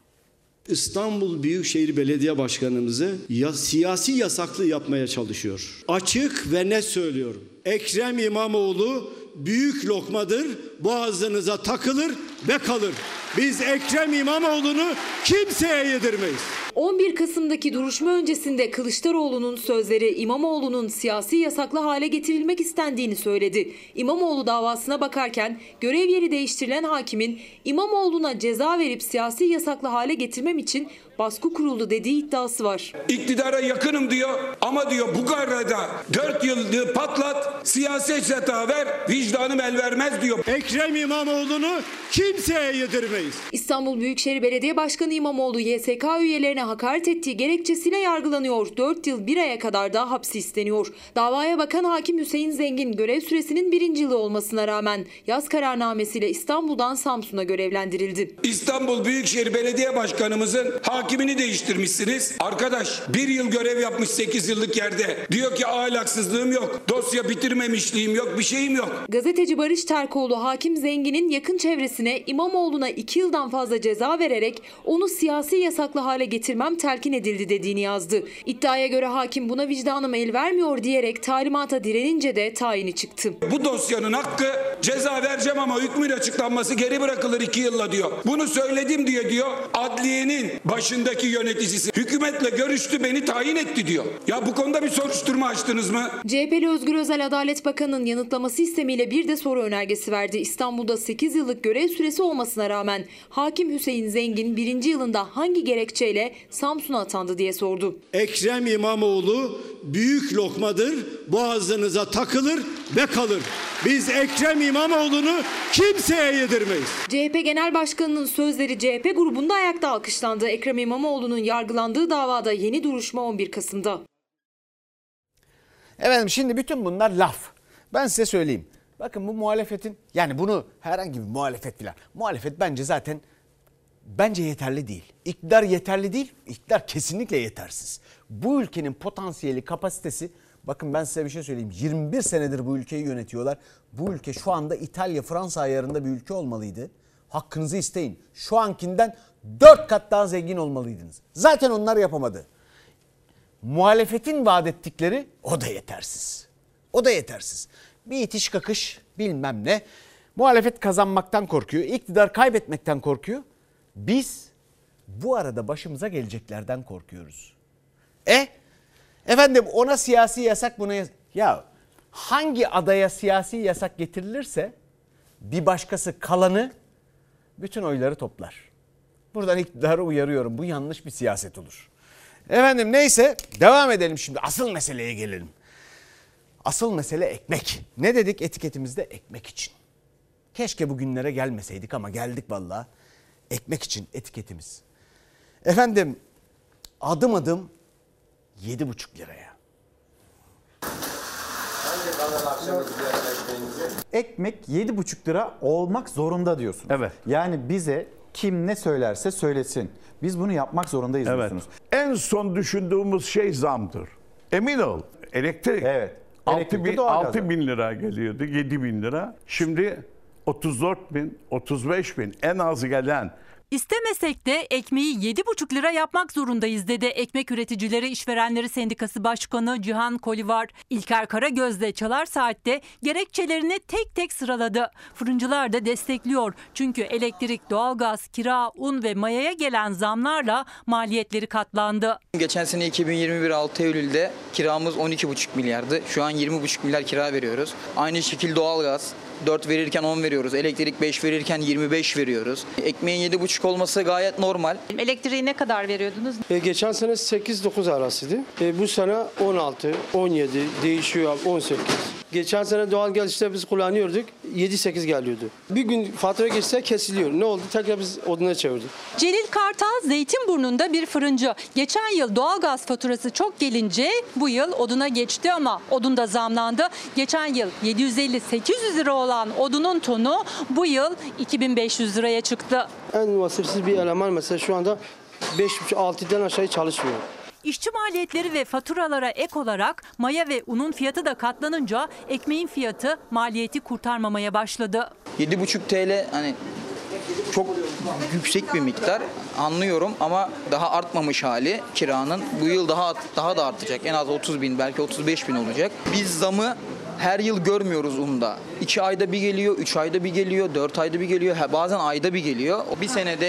İstanbul Büyükşehir Belediye Başkanımızı siyasi yasaklı yapmaya çalışıyor. Açık ve net söylüyorum. Ekrem İmamoğlu büyük lokmadır, boğazınıza takılır ve kalır. Biz Ekrem İmamoğlu'nu kimseye yedirmeyiz. 11 Kasım'daki duruşma öncesinde Kılıçdaroğlu'nun sözleri İmamoğlu'nun siyasi yasaklı hale getirilmek istendiğini söyledi. İmamoğlu davasına bakarken görev yeri değiştirilen hakimin İmamoğlu'na ceza verip siyasi yasaklı hale getirmem için baskı kuruldu dediği iddiası var. İktidara yakınım diyor ama diyor bu kararda 4 yıldır patlat, siyaset yatağı ver, vicdanım el vermez diyor. Ekrem İmamoğlu'nu kimseye yedirmeyiz. İstanbul Büyükşehir Belediye Başkanı İmamoğlu YSK üyelerine hakaret ettiği gerekçesiyle yargılanıyor. 4 yıl 1 aya kadar da hapsi isteniyor. Davaya bakan hakim Hüseyin Zengin görev süresinin 1. yılı olmasına rağmen yaz kararnamesiyle İstanbul'dan Samsun'a görevlendirildi. İstanbul Büyükşehir Belediye Başkanımızın hakimini değiştirmişsiniz. Arkadaş 1 yıl görev yapmış 8 yıllık yerde. Diyor ki ahlaksızlığım yok, dosya bitirmemişliğim yok, bir şeyim yok. Gazeteci Barış Terkoğlu hakim Zengin'in yakın çevresine İmamoğlu'na 2 yıldan fazla ceza vererek onu siyasi yasaklı hale getirmem telkin edildi dediğini yazdı. İddiaya göre hakim buna vicdanım el vermiyor diyerek talimata direnince de tayini çıktı. Bu dosyanın hakkı ceza vereceğim ama hükmün açıklanması geri bırakılır 2 yılla diyor. Bunu söyledim diyor adliyenin başındaki yöneticisi. Hükümetle görüştü, beni tayin etti diyor. Ya bu konuda bir soruşturma açtınız mı? CHP'li Özgür Özel Adalet Bakanı'nın yanıtlaması istemiyle bir de soru önergesi verdi. İstanbul'da 8 yıllık görev süresi olmasına rağmen hakim Hüseyin Zengin 1. yılında hangi gerekçeyle Samsun'a atandı diye sordu. Ekrem İmamoğlu büyük lokmadır, boğazınıza takılır ve kalır. Biz Ekrem İmamoğlu'nu kimseye yedirmeyiz. CHP Genel Başkanı'nın sözleri CHP grubunda ayakta alkışlandı. Ekrem İmamoğlu'nun yargılandığı davada yeni duruşma 11 Kasım'da. Efendim şimdi bütün bunlar laf. Ben size söyleyeyim. Bakın bu muhalefetin, yani bunu herhangi bir muhalefet filan. Muhalefet bence yeterli değil. İktidar yeterli değil. İktidar kesinlikle yetersiz. Bu ülkenin potansiyeli, kapasitesi, bakın ben size bir şey söyleyeyim. 21 senedir bu ülkeyi yönetiyorlar. Bu ülke şu anda İtalya, Fransa ayarında bir ülke olmalıydı. Hakkınızı isteyin. Şu ankinden 4 kat daha zengin olmalıydınız. Zaten onlar yapamadı. Muhalefetin vaat ettikleri o da yetersiz. O da yetersiz. Bir itiş kakış bilmem ne. Muhalefet kazanmaktan korkuyor. İktidar kaybetmekten korkuyor. Biz bu arada başımıza geleceklerden korkuyoruz. Efendim ona siyasi yasak, buna yasak. Ya hangi adaya siyasi yasak getirilirse bir başkası kalanı bütün oyları toplar. Buradan iktidarı uyarıyorum. Bu yanlış bir siyaset olur. Efendim neyse devam edelim şimdi. Asıl meseleye gelelim. Asıl mesele ekmek. Ne dedik etiketimizde? Ekmek için. Keşke bugünlere gelmeseydik ama geldik vallahi. Ekmek için etiketimiz. Efendim adım adım 7,5 liraya. Ekmek 7,5 lira olmak zorunda diyorsunuz. Evet. Yani bize kim ne söylerse söylesin. Biz bunu yapmak zorundayız diyorsunuz. En son düşündüğümüz şey zamdır. Emin ol. Elektrik. Evet. elektrikli 6.000 lira geliyordu, 7.000 lira. Şimdi 34.000, 35.000 en az gelen. İstemesek de ekmeği 7,5 lira yapmak zorundayız dedi Ekmek Üreticileri İşverenleri Sendikası Başkanı Cihan Kolivar. İlker Karagöz de Çalar Saat'te gerekçelerini tek tek sıraladı. Fırıncılar da destekliyor. Çünkü elektrik, doğalgaz, kira, un ve mayaya gelen zamlarla maliyetleri katlandı. Geçen sene 2021 6 Eylül'de kiramız 12,5 milyardı. Şu an 20,5 milyar kira veriyoruz. Aynı şekilde doğalgaz 4 verirken 10 veriyoruz. Elektrik 5 verirken 25 veriyoruz. Ekmeğin 7,5 olması gayet normal. Elektriği ne kadar veriyordunuz? Geçen sene 8-9 arasıydı. Bu sene 16, 17, değişiyor 18. Geçen sene doğalgaz işte biz kullanıyorduk. 7-8 geliyordu. Bir gün fatura geçse kesiliyor. Ne oldu? Tekrar biz oduna çevirdik. Celil Kartal Zeytinburnu'nda bir fırıncı. Geçen yıl doğalgaz faturası çok gelince bu yıl oduna geçti ama odun da zamlandı. Geçen yıl 750-800 lira olan odunun tonu bu yıl 2500 liraya çıktı. En vasıfsız bir eleman mesela şu anda 5,5-6'dan aşağı çalışmıyor. İşçi maliyetleri ve faturalara ek olarak maya ve unun fiyatı da katlanınca ekmeğin fiyatı maliyeti kurtarmamaya başladı. 7,5 TL hani çok yüksek bir miktar anlıyorum ama daha artmamış hali kiranın. Bu yıl daha da artacak. En az 30.000 belki 35.000 olacak. Biz zamı her yıl görmüyoruz unda. 2 ayda bir geliyor, 3 ayda bir geliyor, 4 ayda bir geliyor, bazen ayda bir geliyor. Bir senede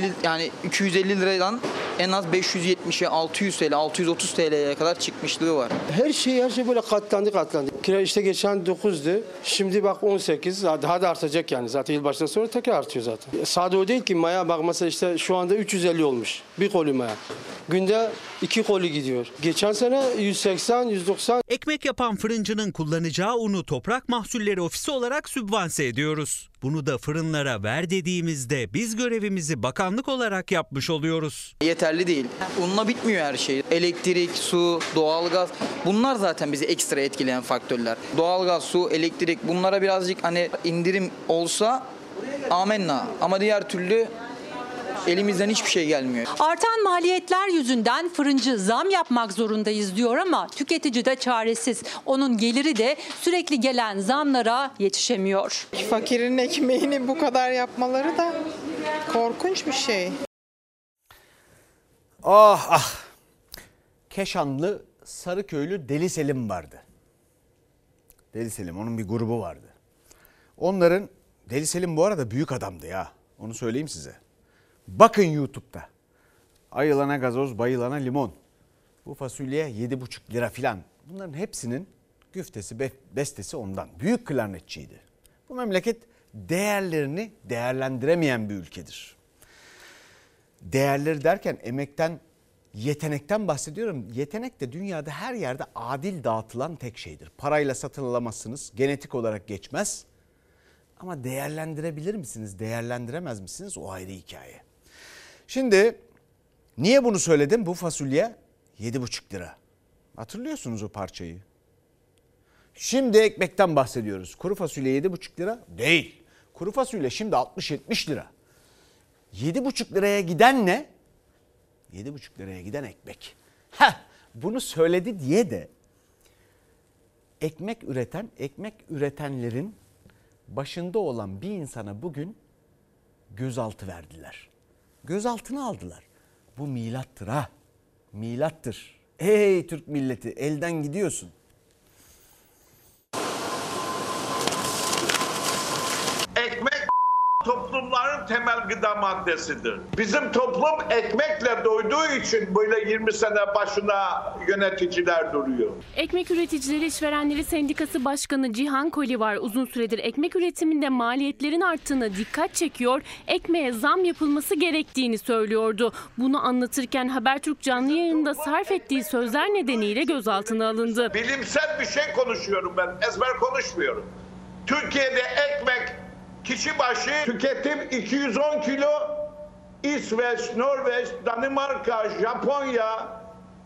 250 liradan en az 570'e 600 TL, 630 TL'ye kadar çıkmışlığı var. Her şey böyle katlandı. Kira işte geçen 9'du. Şimdi bak 18. Daha da artacak yani. Zaten yılbaşından sonra tekrar artıyor zaten. Sade o değil ki maya bak mesela işte şu anda 350 olmuş. Bir koli maya. Günde 2 koli gidiyor. Geçen sene 180, 190. Ekmek yapan fırıncının kullanacağı unu Toprak Mahsulleri Ofisi olarak sübvanse ediyoruz. Bunu da fırınlara ver dediğimizde biz görevimizi bakanlık olarak yapmış oluyoruz. Yeterli değil. Unla bitmiyor her şey. Elektrik, su, doğalgaz bunlar zaten bizi ekstra etkileyen faktörler. Doğalgaz, su, elektrik bunlara birazcık hani indirim olsa amenna ama diğer türlü elimizden hiçbir şey gelmiyor. Artan maliyetler yüzünden fırıncı zam yapmak zorundayız diyor ama tüketici de çaresiz. Onun geliri de sürekli gelen zamlara yetişemiyor. Fakirin ekmeğini bu kadar yapmaları da korkunç bir şey. Ah. Keşanlı Sarıköylü Deli Selim vardı. Deli Selim, onun bir grubu vardı. Onların, Deli Selim bu arada büyük adamdı ya. Onu söyleyeyim size. Bakın YouTube'da. Ayılana gazoz, bayılana limon. Bu fasulye 7,5 lira filan. Bunların hepsinin güftesi, bestesi ondan. Büyük klarnetçiydi. Bu memleket değerlerini değerlendiremeyen bir ülkedir. Değerleri derken emekten, yetenekten bahsediyorum. Yetenek de dünyada her yerde adil dağıtılan tek şeydir. Parayla satın alamazsınız, genetik olarak geçmez. Ama değerlendirebilir misiniz, değerlendiremez misiniz? O ayrı hikaye. Şimdi niye bunu söyledim? Bu fasulye 7,5 lira. Hatırlıyorsunuz o parçayı. Şimdi ekmekten bahsediyoruz. Kuru fasulye 7,5 lira değil. Kuru fasulye şimdi 60-70 lira. 7,5 liraya giden ne? 7,5 liraya giden ekmek. Bunu söyledi diye de ekmek üretenlerin başında olan bir insana bugün gözaltı verdiler. Gözaltına aldılar. Bu milattır ha. Milattır. Ey Türk milleti, elden gidiyorsun. Ekmek toplumların temel gıda maddesidir. Bizim toplum ekmekle doyduğu için böyle 20 sene başına yöneticiler duruyor. Ekmek Üreticileri İşverenleri Sendikası Başkanı Cihan Kolivar uzun süredir ekmek üretiminde maliyetlerin arttığını dikkat çekiyor, ekmeğe zam yapılması gerektiğini söylüyordu. Bunu anlatırken Habertürk canlı yayında sarf ettiği sözler nedeniyle gözaltına alındı. Bilimsel bir şey konuşuyorum ben, ezber konuşmuyorum. Türkiye'de ekmek kişi başı tüketim 210 kilo, İsveç, Norveç, Danimarka, Japonya,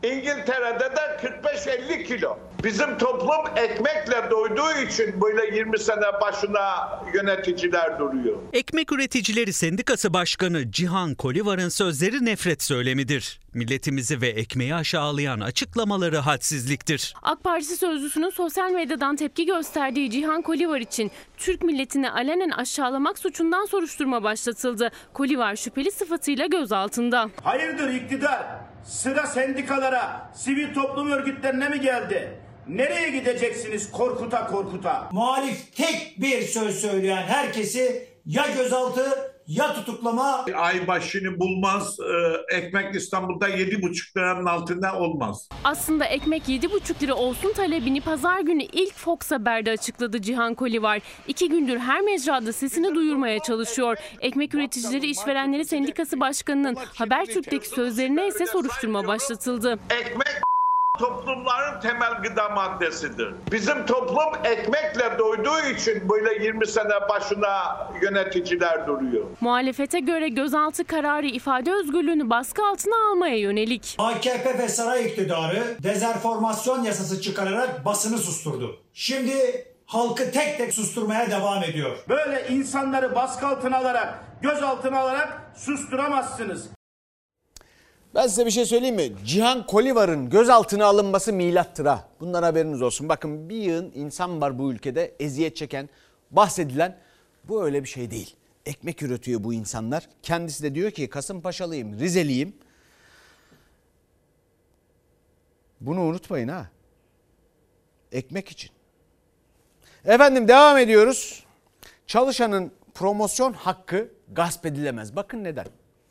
İngiltere'de de 45-50 kilo. Bizim toplum ekmekle doyduğu için böyle 20 sene başına yöneticiler duruyor. Ekmek Üreticileri Sendikası Başkanı Cihan Kolivar'ın sözleri nefret söylemidir. Milletimizi ve ekmeği aşağılayan açıklamaları hadsizliktir. AK Parti sözcüsünün sosyal medyadan tepki gösterdiği Cihan Kolivar için Türk milletini alenen aşağılamak suçundan soruşturma başlatıldı. Kolivar şüpheli sıfatıyla gözaltında. Hayırdır iktidar? Sıra sendikalara, sivil toplum örgütlerine mi geldi? Nereye gideceksiniz korkuta korkuta? Muhalif tek bir söz söyleyen herkesi ya gözaltı ya tutuklama. Ay başını bulmaz, ekmek İstanbul'da 7,5 liranın altında olmaz. Aslında ekmek 7,5 lira olsun talebini pazar günü ilk Fox Haber'de açıkladı Cihan Kolivar. 2 gündür her mecrada sesini duyurmaya çalışıyor. Ekmek Üreticileri İşverenleri Sendikası Başkanı'nın Habertürk'teki sözlerine ise soruşturma başlatıldı. Ekmek toplumların temel gıda maddesidir. Bizim toplum ekmekle doyduğu için böyle 20 sene başına yöneticiler duruyor. Muhalefete göre gözaltı kararı ifade özgürlüğünü baskı altına almaya yönelik. AKP ve saray iktidarı dezenformasyon yasası çıkararak basını susturdu. Şimdi halkı tek tek susturmaya devam ediyor. Böyle insanları baskı altına alarak, gözaltına alarak susturamazsınız. Ben size bir şey söyleyeyim mi? Cihan Kolivar'ın gözaltına alınması milattır ha. Bundan haberiniz olsun. Bakın bir yığın insan var bu ülkede eziyet çeken, bahsedilen. Bu öyle bir şey değil. Ekmek üretiyor bu insanlar. Kendisi de diyor ki Kasımpaşalıyım, Rizeliyim. Bunu unutmayın ha. Ekmek için. Efendim devam ediyoruz. Çalışanın promosyon hakkı gasp edilemez. Bakın neden?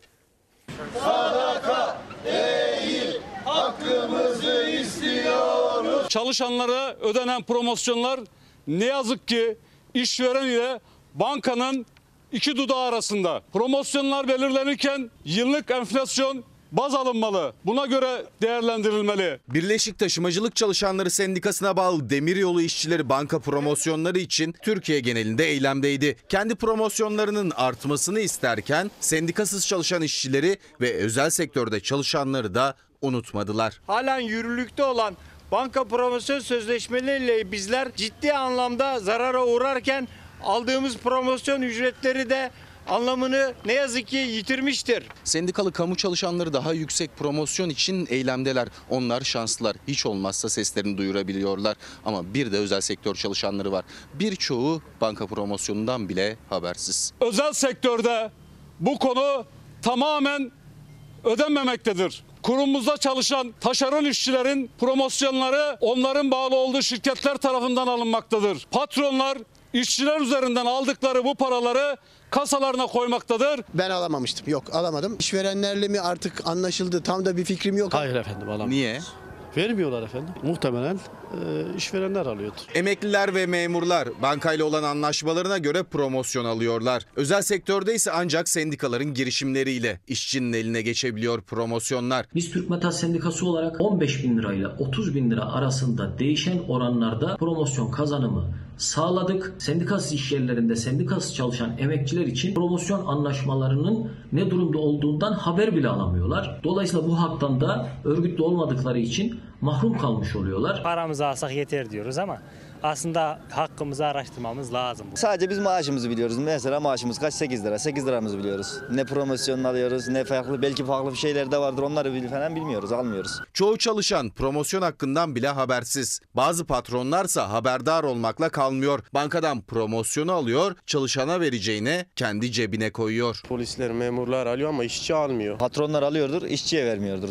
Sadaka değil, hakkımızı istiyoruz. Çalışanlara ödenen promosyonlar ne yazık ki işveren ile bankanın iki dudağı arasında. Promosyonlar belirlenirken yıllık enflasyon baz alınmalı. Buna göre değerlendirilmeli. Birleşik Taşımacılık Çalışanları Sendikası'na bağlı demiryolu işçileri banka promosyonları için Türkiye genelinde eylemdeydi. Kendi promosyonlarının artmasını isterken sendikasız çalışan işçileri ve özel sektörde çalışanları da unutmadılar. Halen yürürlükte olan banka promosyon sözleşmeleriyle bizler ciddi anlamda zarara uğrarken aldığımız promosyon ücretleri de anlamını ne yazık ki yitirmiştir. Sendikalı kamu çalışanları daha yüksek promosyon için eylemdeler. Onlar şanslılar. Hiç olmazsa seslerini duyurabiliyorlar. Ama bir de özel sektör çalışanları var. Birçoğu banka promosyonundan bile habersiz. Özel sektörde bu konu tamamen ödenmemektedir. Kurumumuzda çalışan taşeron işçilerin promosyonları onların bağlı olduğu şirketler tarafından alınmaktadır. Patronlar işçiler üzerinden aldıkları bu paraları kasalarına koymaktadır. Ben alamamıştım. Yok, alamadım. İşverenlerle mi artık anlaşıldı? Tam da bir fikrim yok. Hayır efendim, alamadım. Niye? Vermiyorlar efendim. Muhtemelen işverenler alıyordur. Emekliler ve memurlar bankayla olan anlaşmalarına göre promosyon alıyorlar. Özel sektörde ise ancak sendikaların girişimleriyle işçinin eline geçebiliyor promosyonlar. Biz Türk Metal Sendikası olarak 15.000 lirayla 30.000 lira arasında değişen oranlarda promosyon kazanımı sağladık. Sendikasız iş yerlerinde sendikasız çalışan emekçiler için promosyon anlaşmalarının ne durumda olduğundan haber bile alamıyorlar. Dolayısıyla bu haktan da örgütlü olmadıkları için mahrum kalmış oluyorlar. Paramızı alsak yeter diyoruz ama aslında hakkımızı araştırmamız lazım. Sadece biz maaşımızı biliyoruz. Mesela maaşımız kaç? 8 lira. 8 liramızı biliyoruz. Ne promosyon alıyoruz ne farklı, belki farklı bir şeyler de vardır. Onları falan bilmiyoruz, almıyoruz. Çoğu çalışan promosyon hakkından bile habersiz. Bazı patronlarsa haberdar olmakla kalmıyor. Bankadan promosyonu alıyor, çalışana vereceğine kendi cebine koyuyor. Polisler, memurlar alıyor ama işçi almıyor. Patronlar alıyordur, işçiye vermiyordur.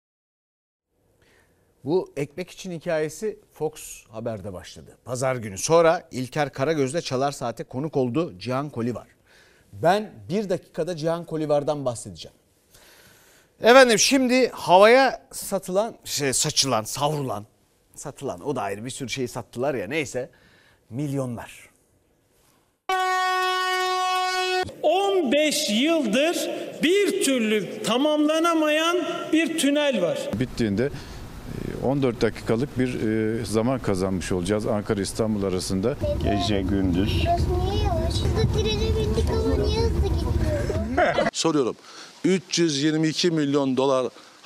Bu ekmek için hikayesi Fox Haber'de başladı. Pazar günü. Sonra İlker Karagöz'le Çalar Saat'e konuk oldu Cihan Kolivar. Ben bir dakikada Cihan Kolivar'dan bahsedeceğim. Efendim şimdi havaya satılan, satılan o da ayrı bir sürü şeyi sattılar ya, neyse, milyonlar. 15 yıldır bir türlü tamamlanamayan bir tünel var. Bittiğinde 14 dakikalık bir zaman kazanmış olacağız Ankara-İstanbul arasında. Gece gündüz. Niye yavaş? Hızlı trene bindik ama niye hızlı gidiyoruz? Soruyorum. 322 milyon dolar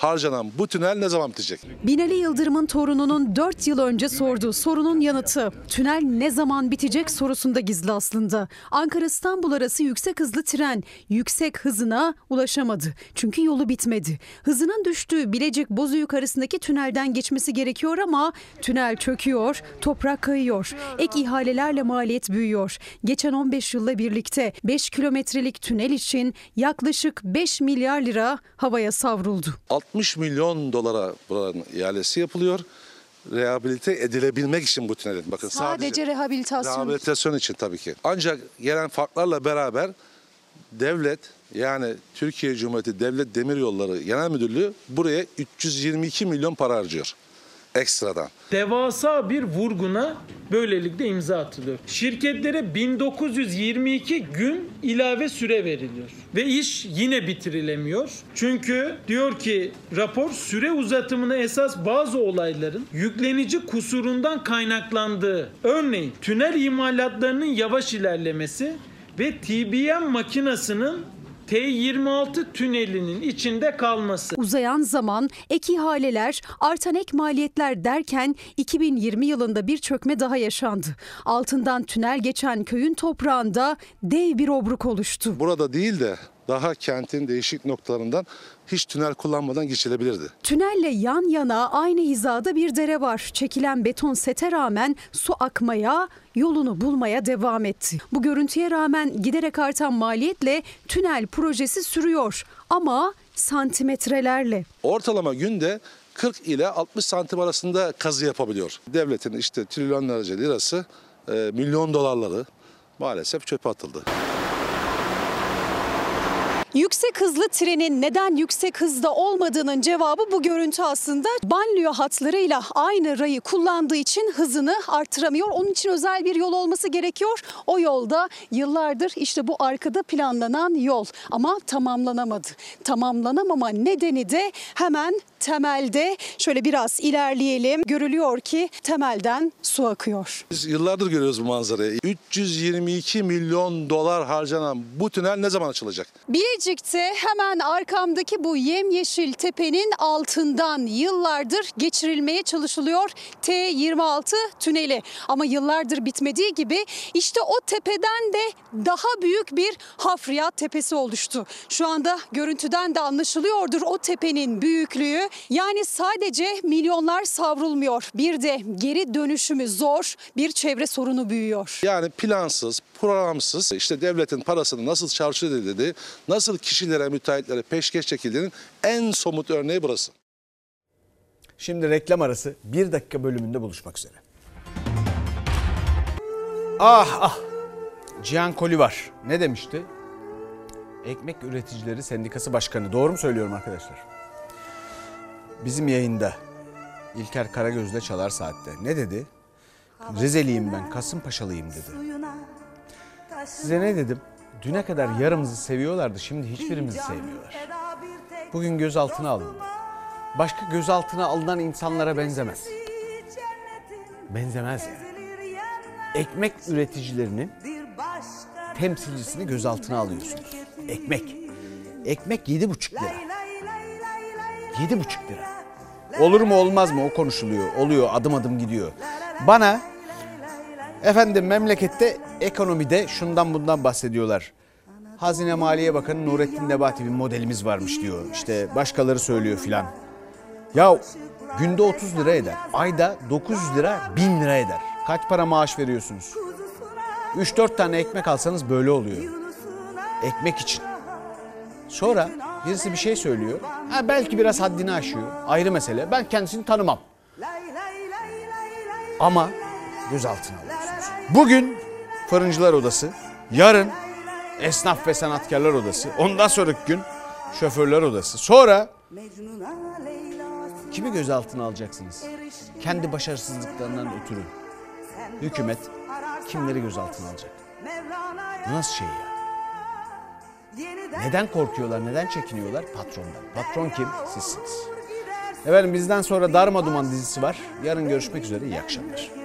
harcanan bu tünel ne zaman bitecek? Binali Yıldırım'ın torununun 4 yıl önce sorduğu sorunun yanıtı tünel ne zaman bitecek sorusunda gizli aslında. Ankara-İstanbul arası yüksek hızlı tren yüksek hızına ulaşamadı. Çünkü yolu bitmedi. Hızının düştüğü Bilecik-Bozüyük arasındaki tünelden geçmesi gerekiyor ama tünel çöküyor, toprak kayıyor. Ek ihalelerle maliyet büyüyor. Geçen 15 yılla birlikte 5 kilometrelik tünel için yaklaşık 5 milyar lira havaya savruldu. 60 milyon dolara buranın ihalesi yapılıyor. Rehabilite edilebilmek için bu tünelin. Bakın sadece rehabilitasyon için tabii ki. Ancak gelen farklarla beraber devlet, yani Türkiye Cumhuriyeti Devlet Demiryolları Genel Müdürlüğü buraya 322 milyon para harcıyor ekstradan. Devasa bir vurguna böylelikle imza atılıyor. Şirketlere 1922 gün ilave süre veriliyor. Ve iş yine bitirilemiyor. Çünkü diyor ki rapor süre uzatımına esas bazı olayların yüklenici kusurundan kaynaklandığı. Örneğin tünel imalatlarının yavaş ilerlemesi ve TBM makinasının T26 tünelinin içinde kalması. Uzayan zaman, ek ihaleler, artan ek maliyetler derken 2020 yılında bir çökme daha yaşandı. Altından tünel geçen köyün toprağında dev bir obruk oluştu. Burada değil de daha kentin değişik noktalarından hiç tünel kullanmadan geçilebilirdi. Tünelle yan yana aynı hizada bir dere var. Çekilen beton sete rağmen su akmaya, yolunu bulmaya devam etti. Bu görüntüye rağmen giderek artan maliyetle tünel projesi sürüyor ama santimetrelerle. Ortalama günde 40 ile 60 santim arasında kazı yapabiliyor. Devletin işte trilyonlarca lirası, milyon dolarları maalesef çöpe atıldı. Yüksek hızlı trenin neden yüksek hızda olmadığının cevabı bu görüntü aslında. Banliyö hatlarıyla aynı rayı kullandığı için hızını artıramıyor. Onun için özel bir yol olması gerekiyor. O yolda yıllardır işte bu arkada planlanan yol ama tamamlanamadı. Tamamlanamama nedeni de hemen temelde. Şöyle biraz ilerleyelim. Görülüyor ki temelden su akıyor. Biz yıllardır görüyoruz bu manzarayı. 322 milyon dolar harcanan bu tünel ne zaman açılacak? Bilecik'te hemen arkamdaki bu yemyeşil tepenin altından yıllardır geçirilmeye çalışılıyor T26 tüneli. Ama yıllardır bitmediği gibi işte o tepeden de daha büyük bir hafriyat tepesi oluştu. Şu anda görüntüden de anlaşılıyordur o tepenin büyüklüğü. Yani sadece milyonlar savrulmuyor. Bir de geri dönüşümü zor, bir çevre sorunu büyüyor. Yani plansız, programsız işte devletin parasını nasıl çarçur edildiği, nasıl kişilere, müteahhitlere peşkeş çekildiğinin en somut örneği burası. Şimdi reklam arası 1 dakika bölümünde buluşmak üzere. Ah! Cihan Kolivar ne demişti? Ekmek Üreticileri Sendikası Başkanı. Doğru mu söylüyorum arkadaşlar? Bizim yayında İlker Karagöz'le Çalar Saat'te ne dedi? Rizeliyim ben, Kasımpaşalıyım dedi. Size ne dedim? Düne kadar yarımızı seviyorlardı, şimdi hiçbirimizi sevmiyorlar. Bugün gözaltına alındı. Başka gözaltına alınan insanlara benzemez. Benzemez yani. Ekmek üreticilerinin temsilcisini gözaltına alıyorsunuz. Ekmek 7,5 lira. 7,5 lira. Olur mu olmaz mı o konuşuluyor. Oluyor, adım adım gidiyor. Bana efendim memlekette ekonomide şundan bundan bahsediyorlar. Hazine Maliye Bakanı Nurettin Nebati bir modelimiz varmış diyor. İşte başkaları söylüyor filan. Ya günde 30 lira eder. Ayda 900 lira 1000 lira eder. Kaç para maaş veriyorsunuz? 3-4 tane ekmek alsanız böyle oluyor. Ekmek için. Sonra birisi bir şey söylüyor. Belki biraz haddini aşıyor. Ayrı mesele. Ben kendisini tanımam. Ama gözaltına alıyorsunuz. Bugün Fırıncılar Odası, yarın Esnaf ve Sanatkarlar Odası, ondan sonraki gün Şoförler Odası. Sonra kimi gözaltına alacaksınız? Kendi başarısızlıklarından ötürü hükümet kimleri gözaltına alacak? Bu nasıl şey ya? Neden korkuyorlar, neden çekiniyorlar? Patrondan. Patron kim? Sizsiniz. Efendim bizden sonra Darma Duman dizisi var. Yarın görüşmek üzere, iyi akşamlar.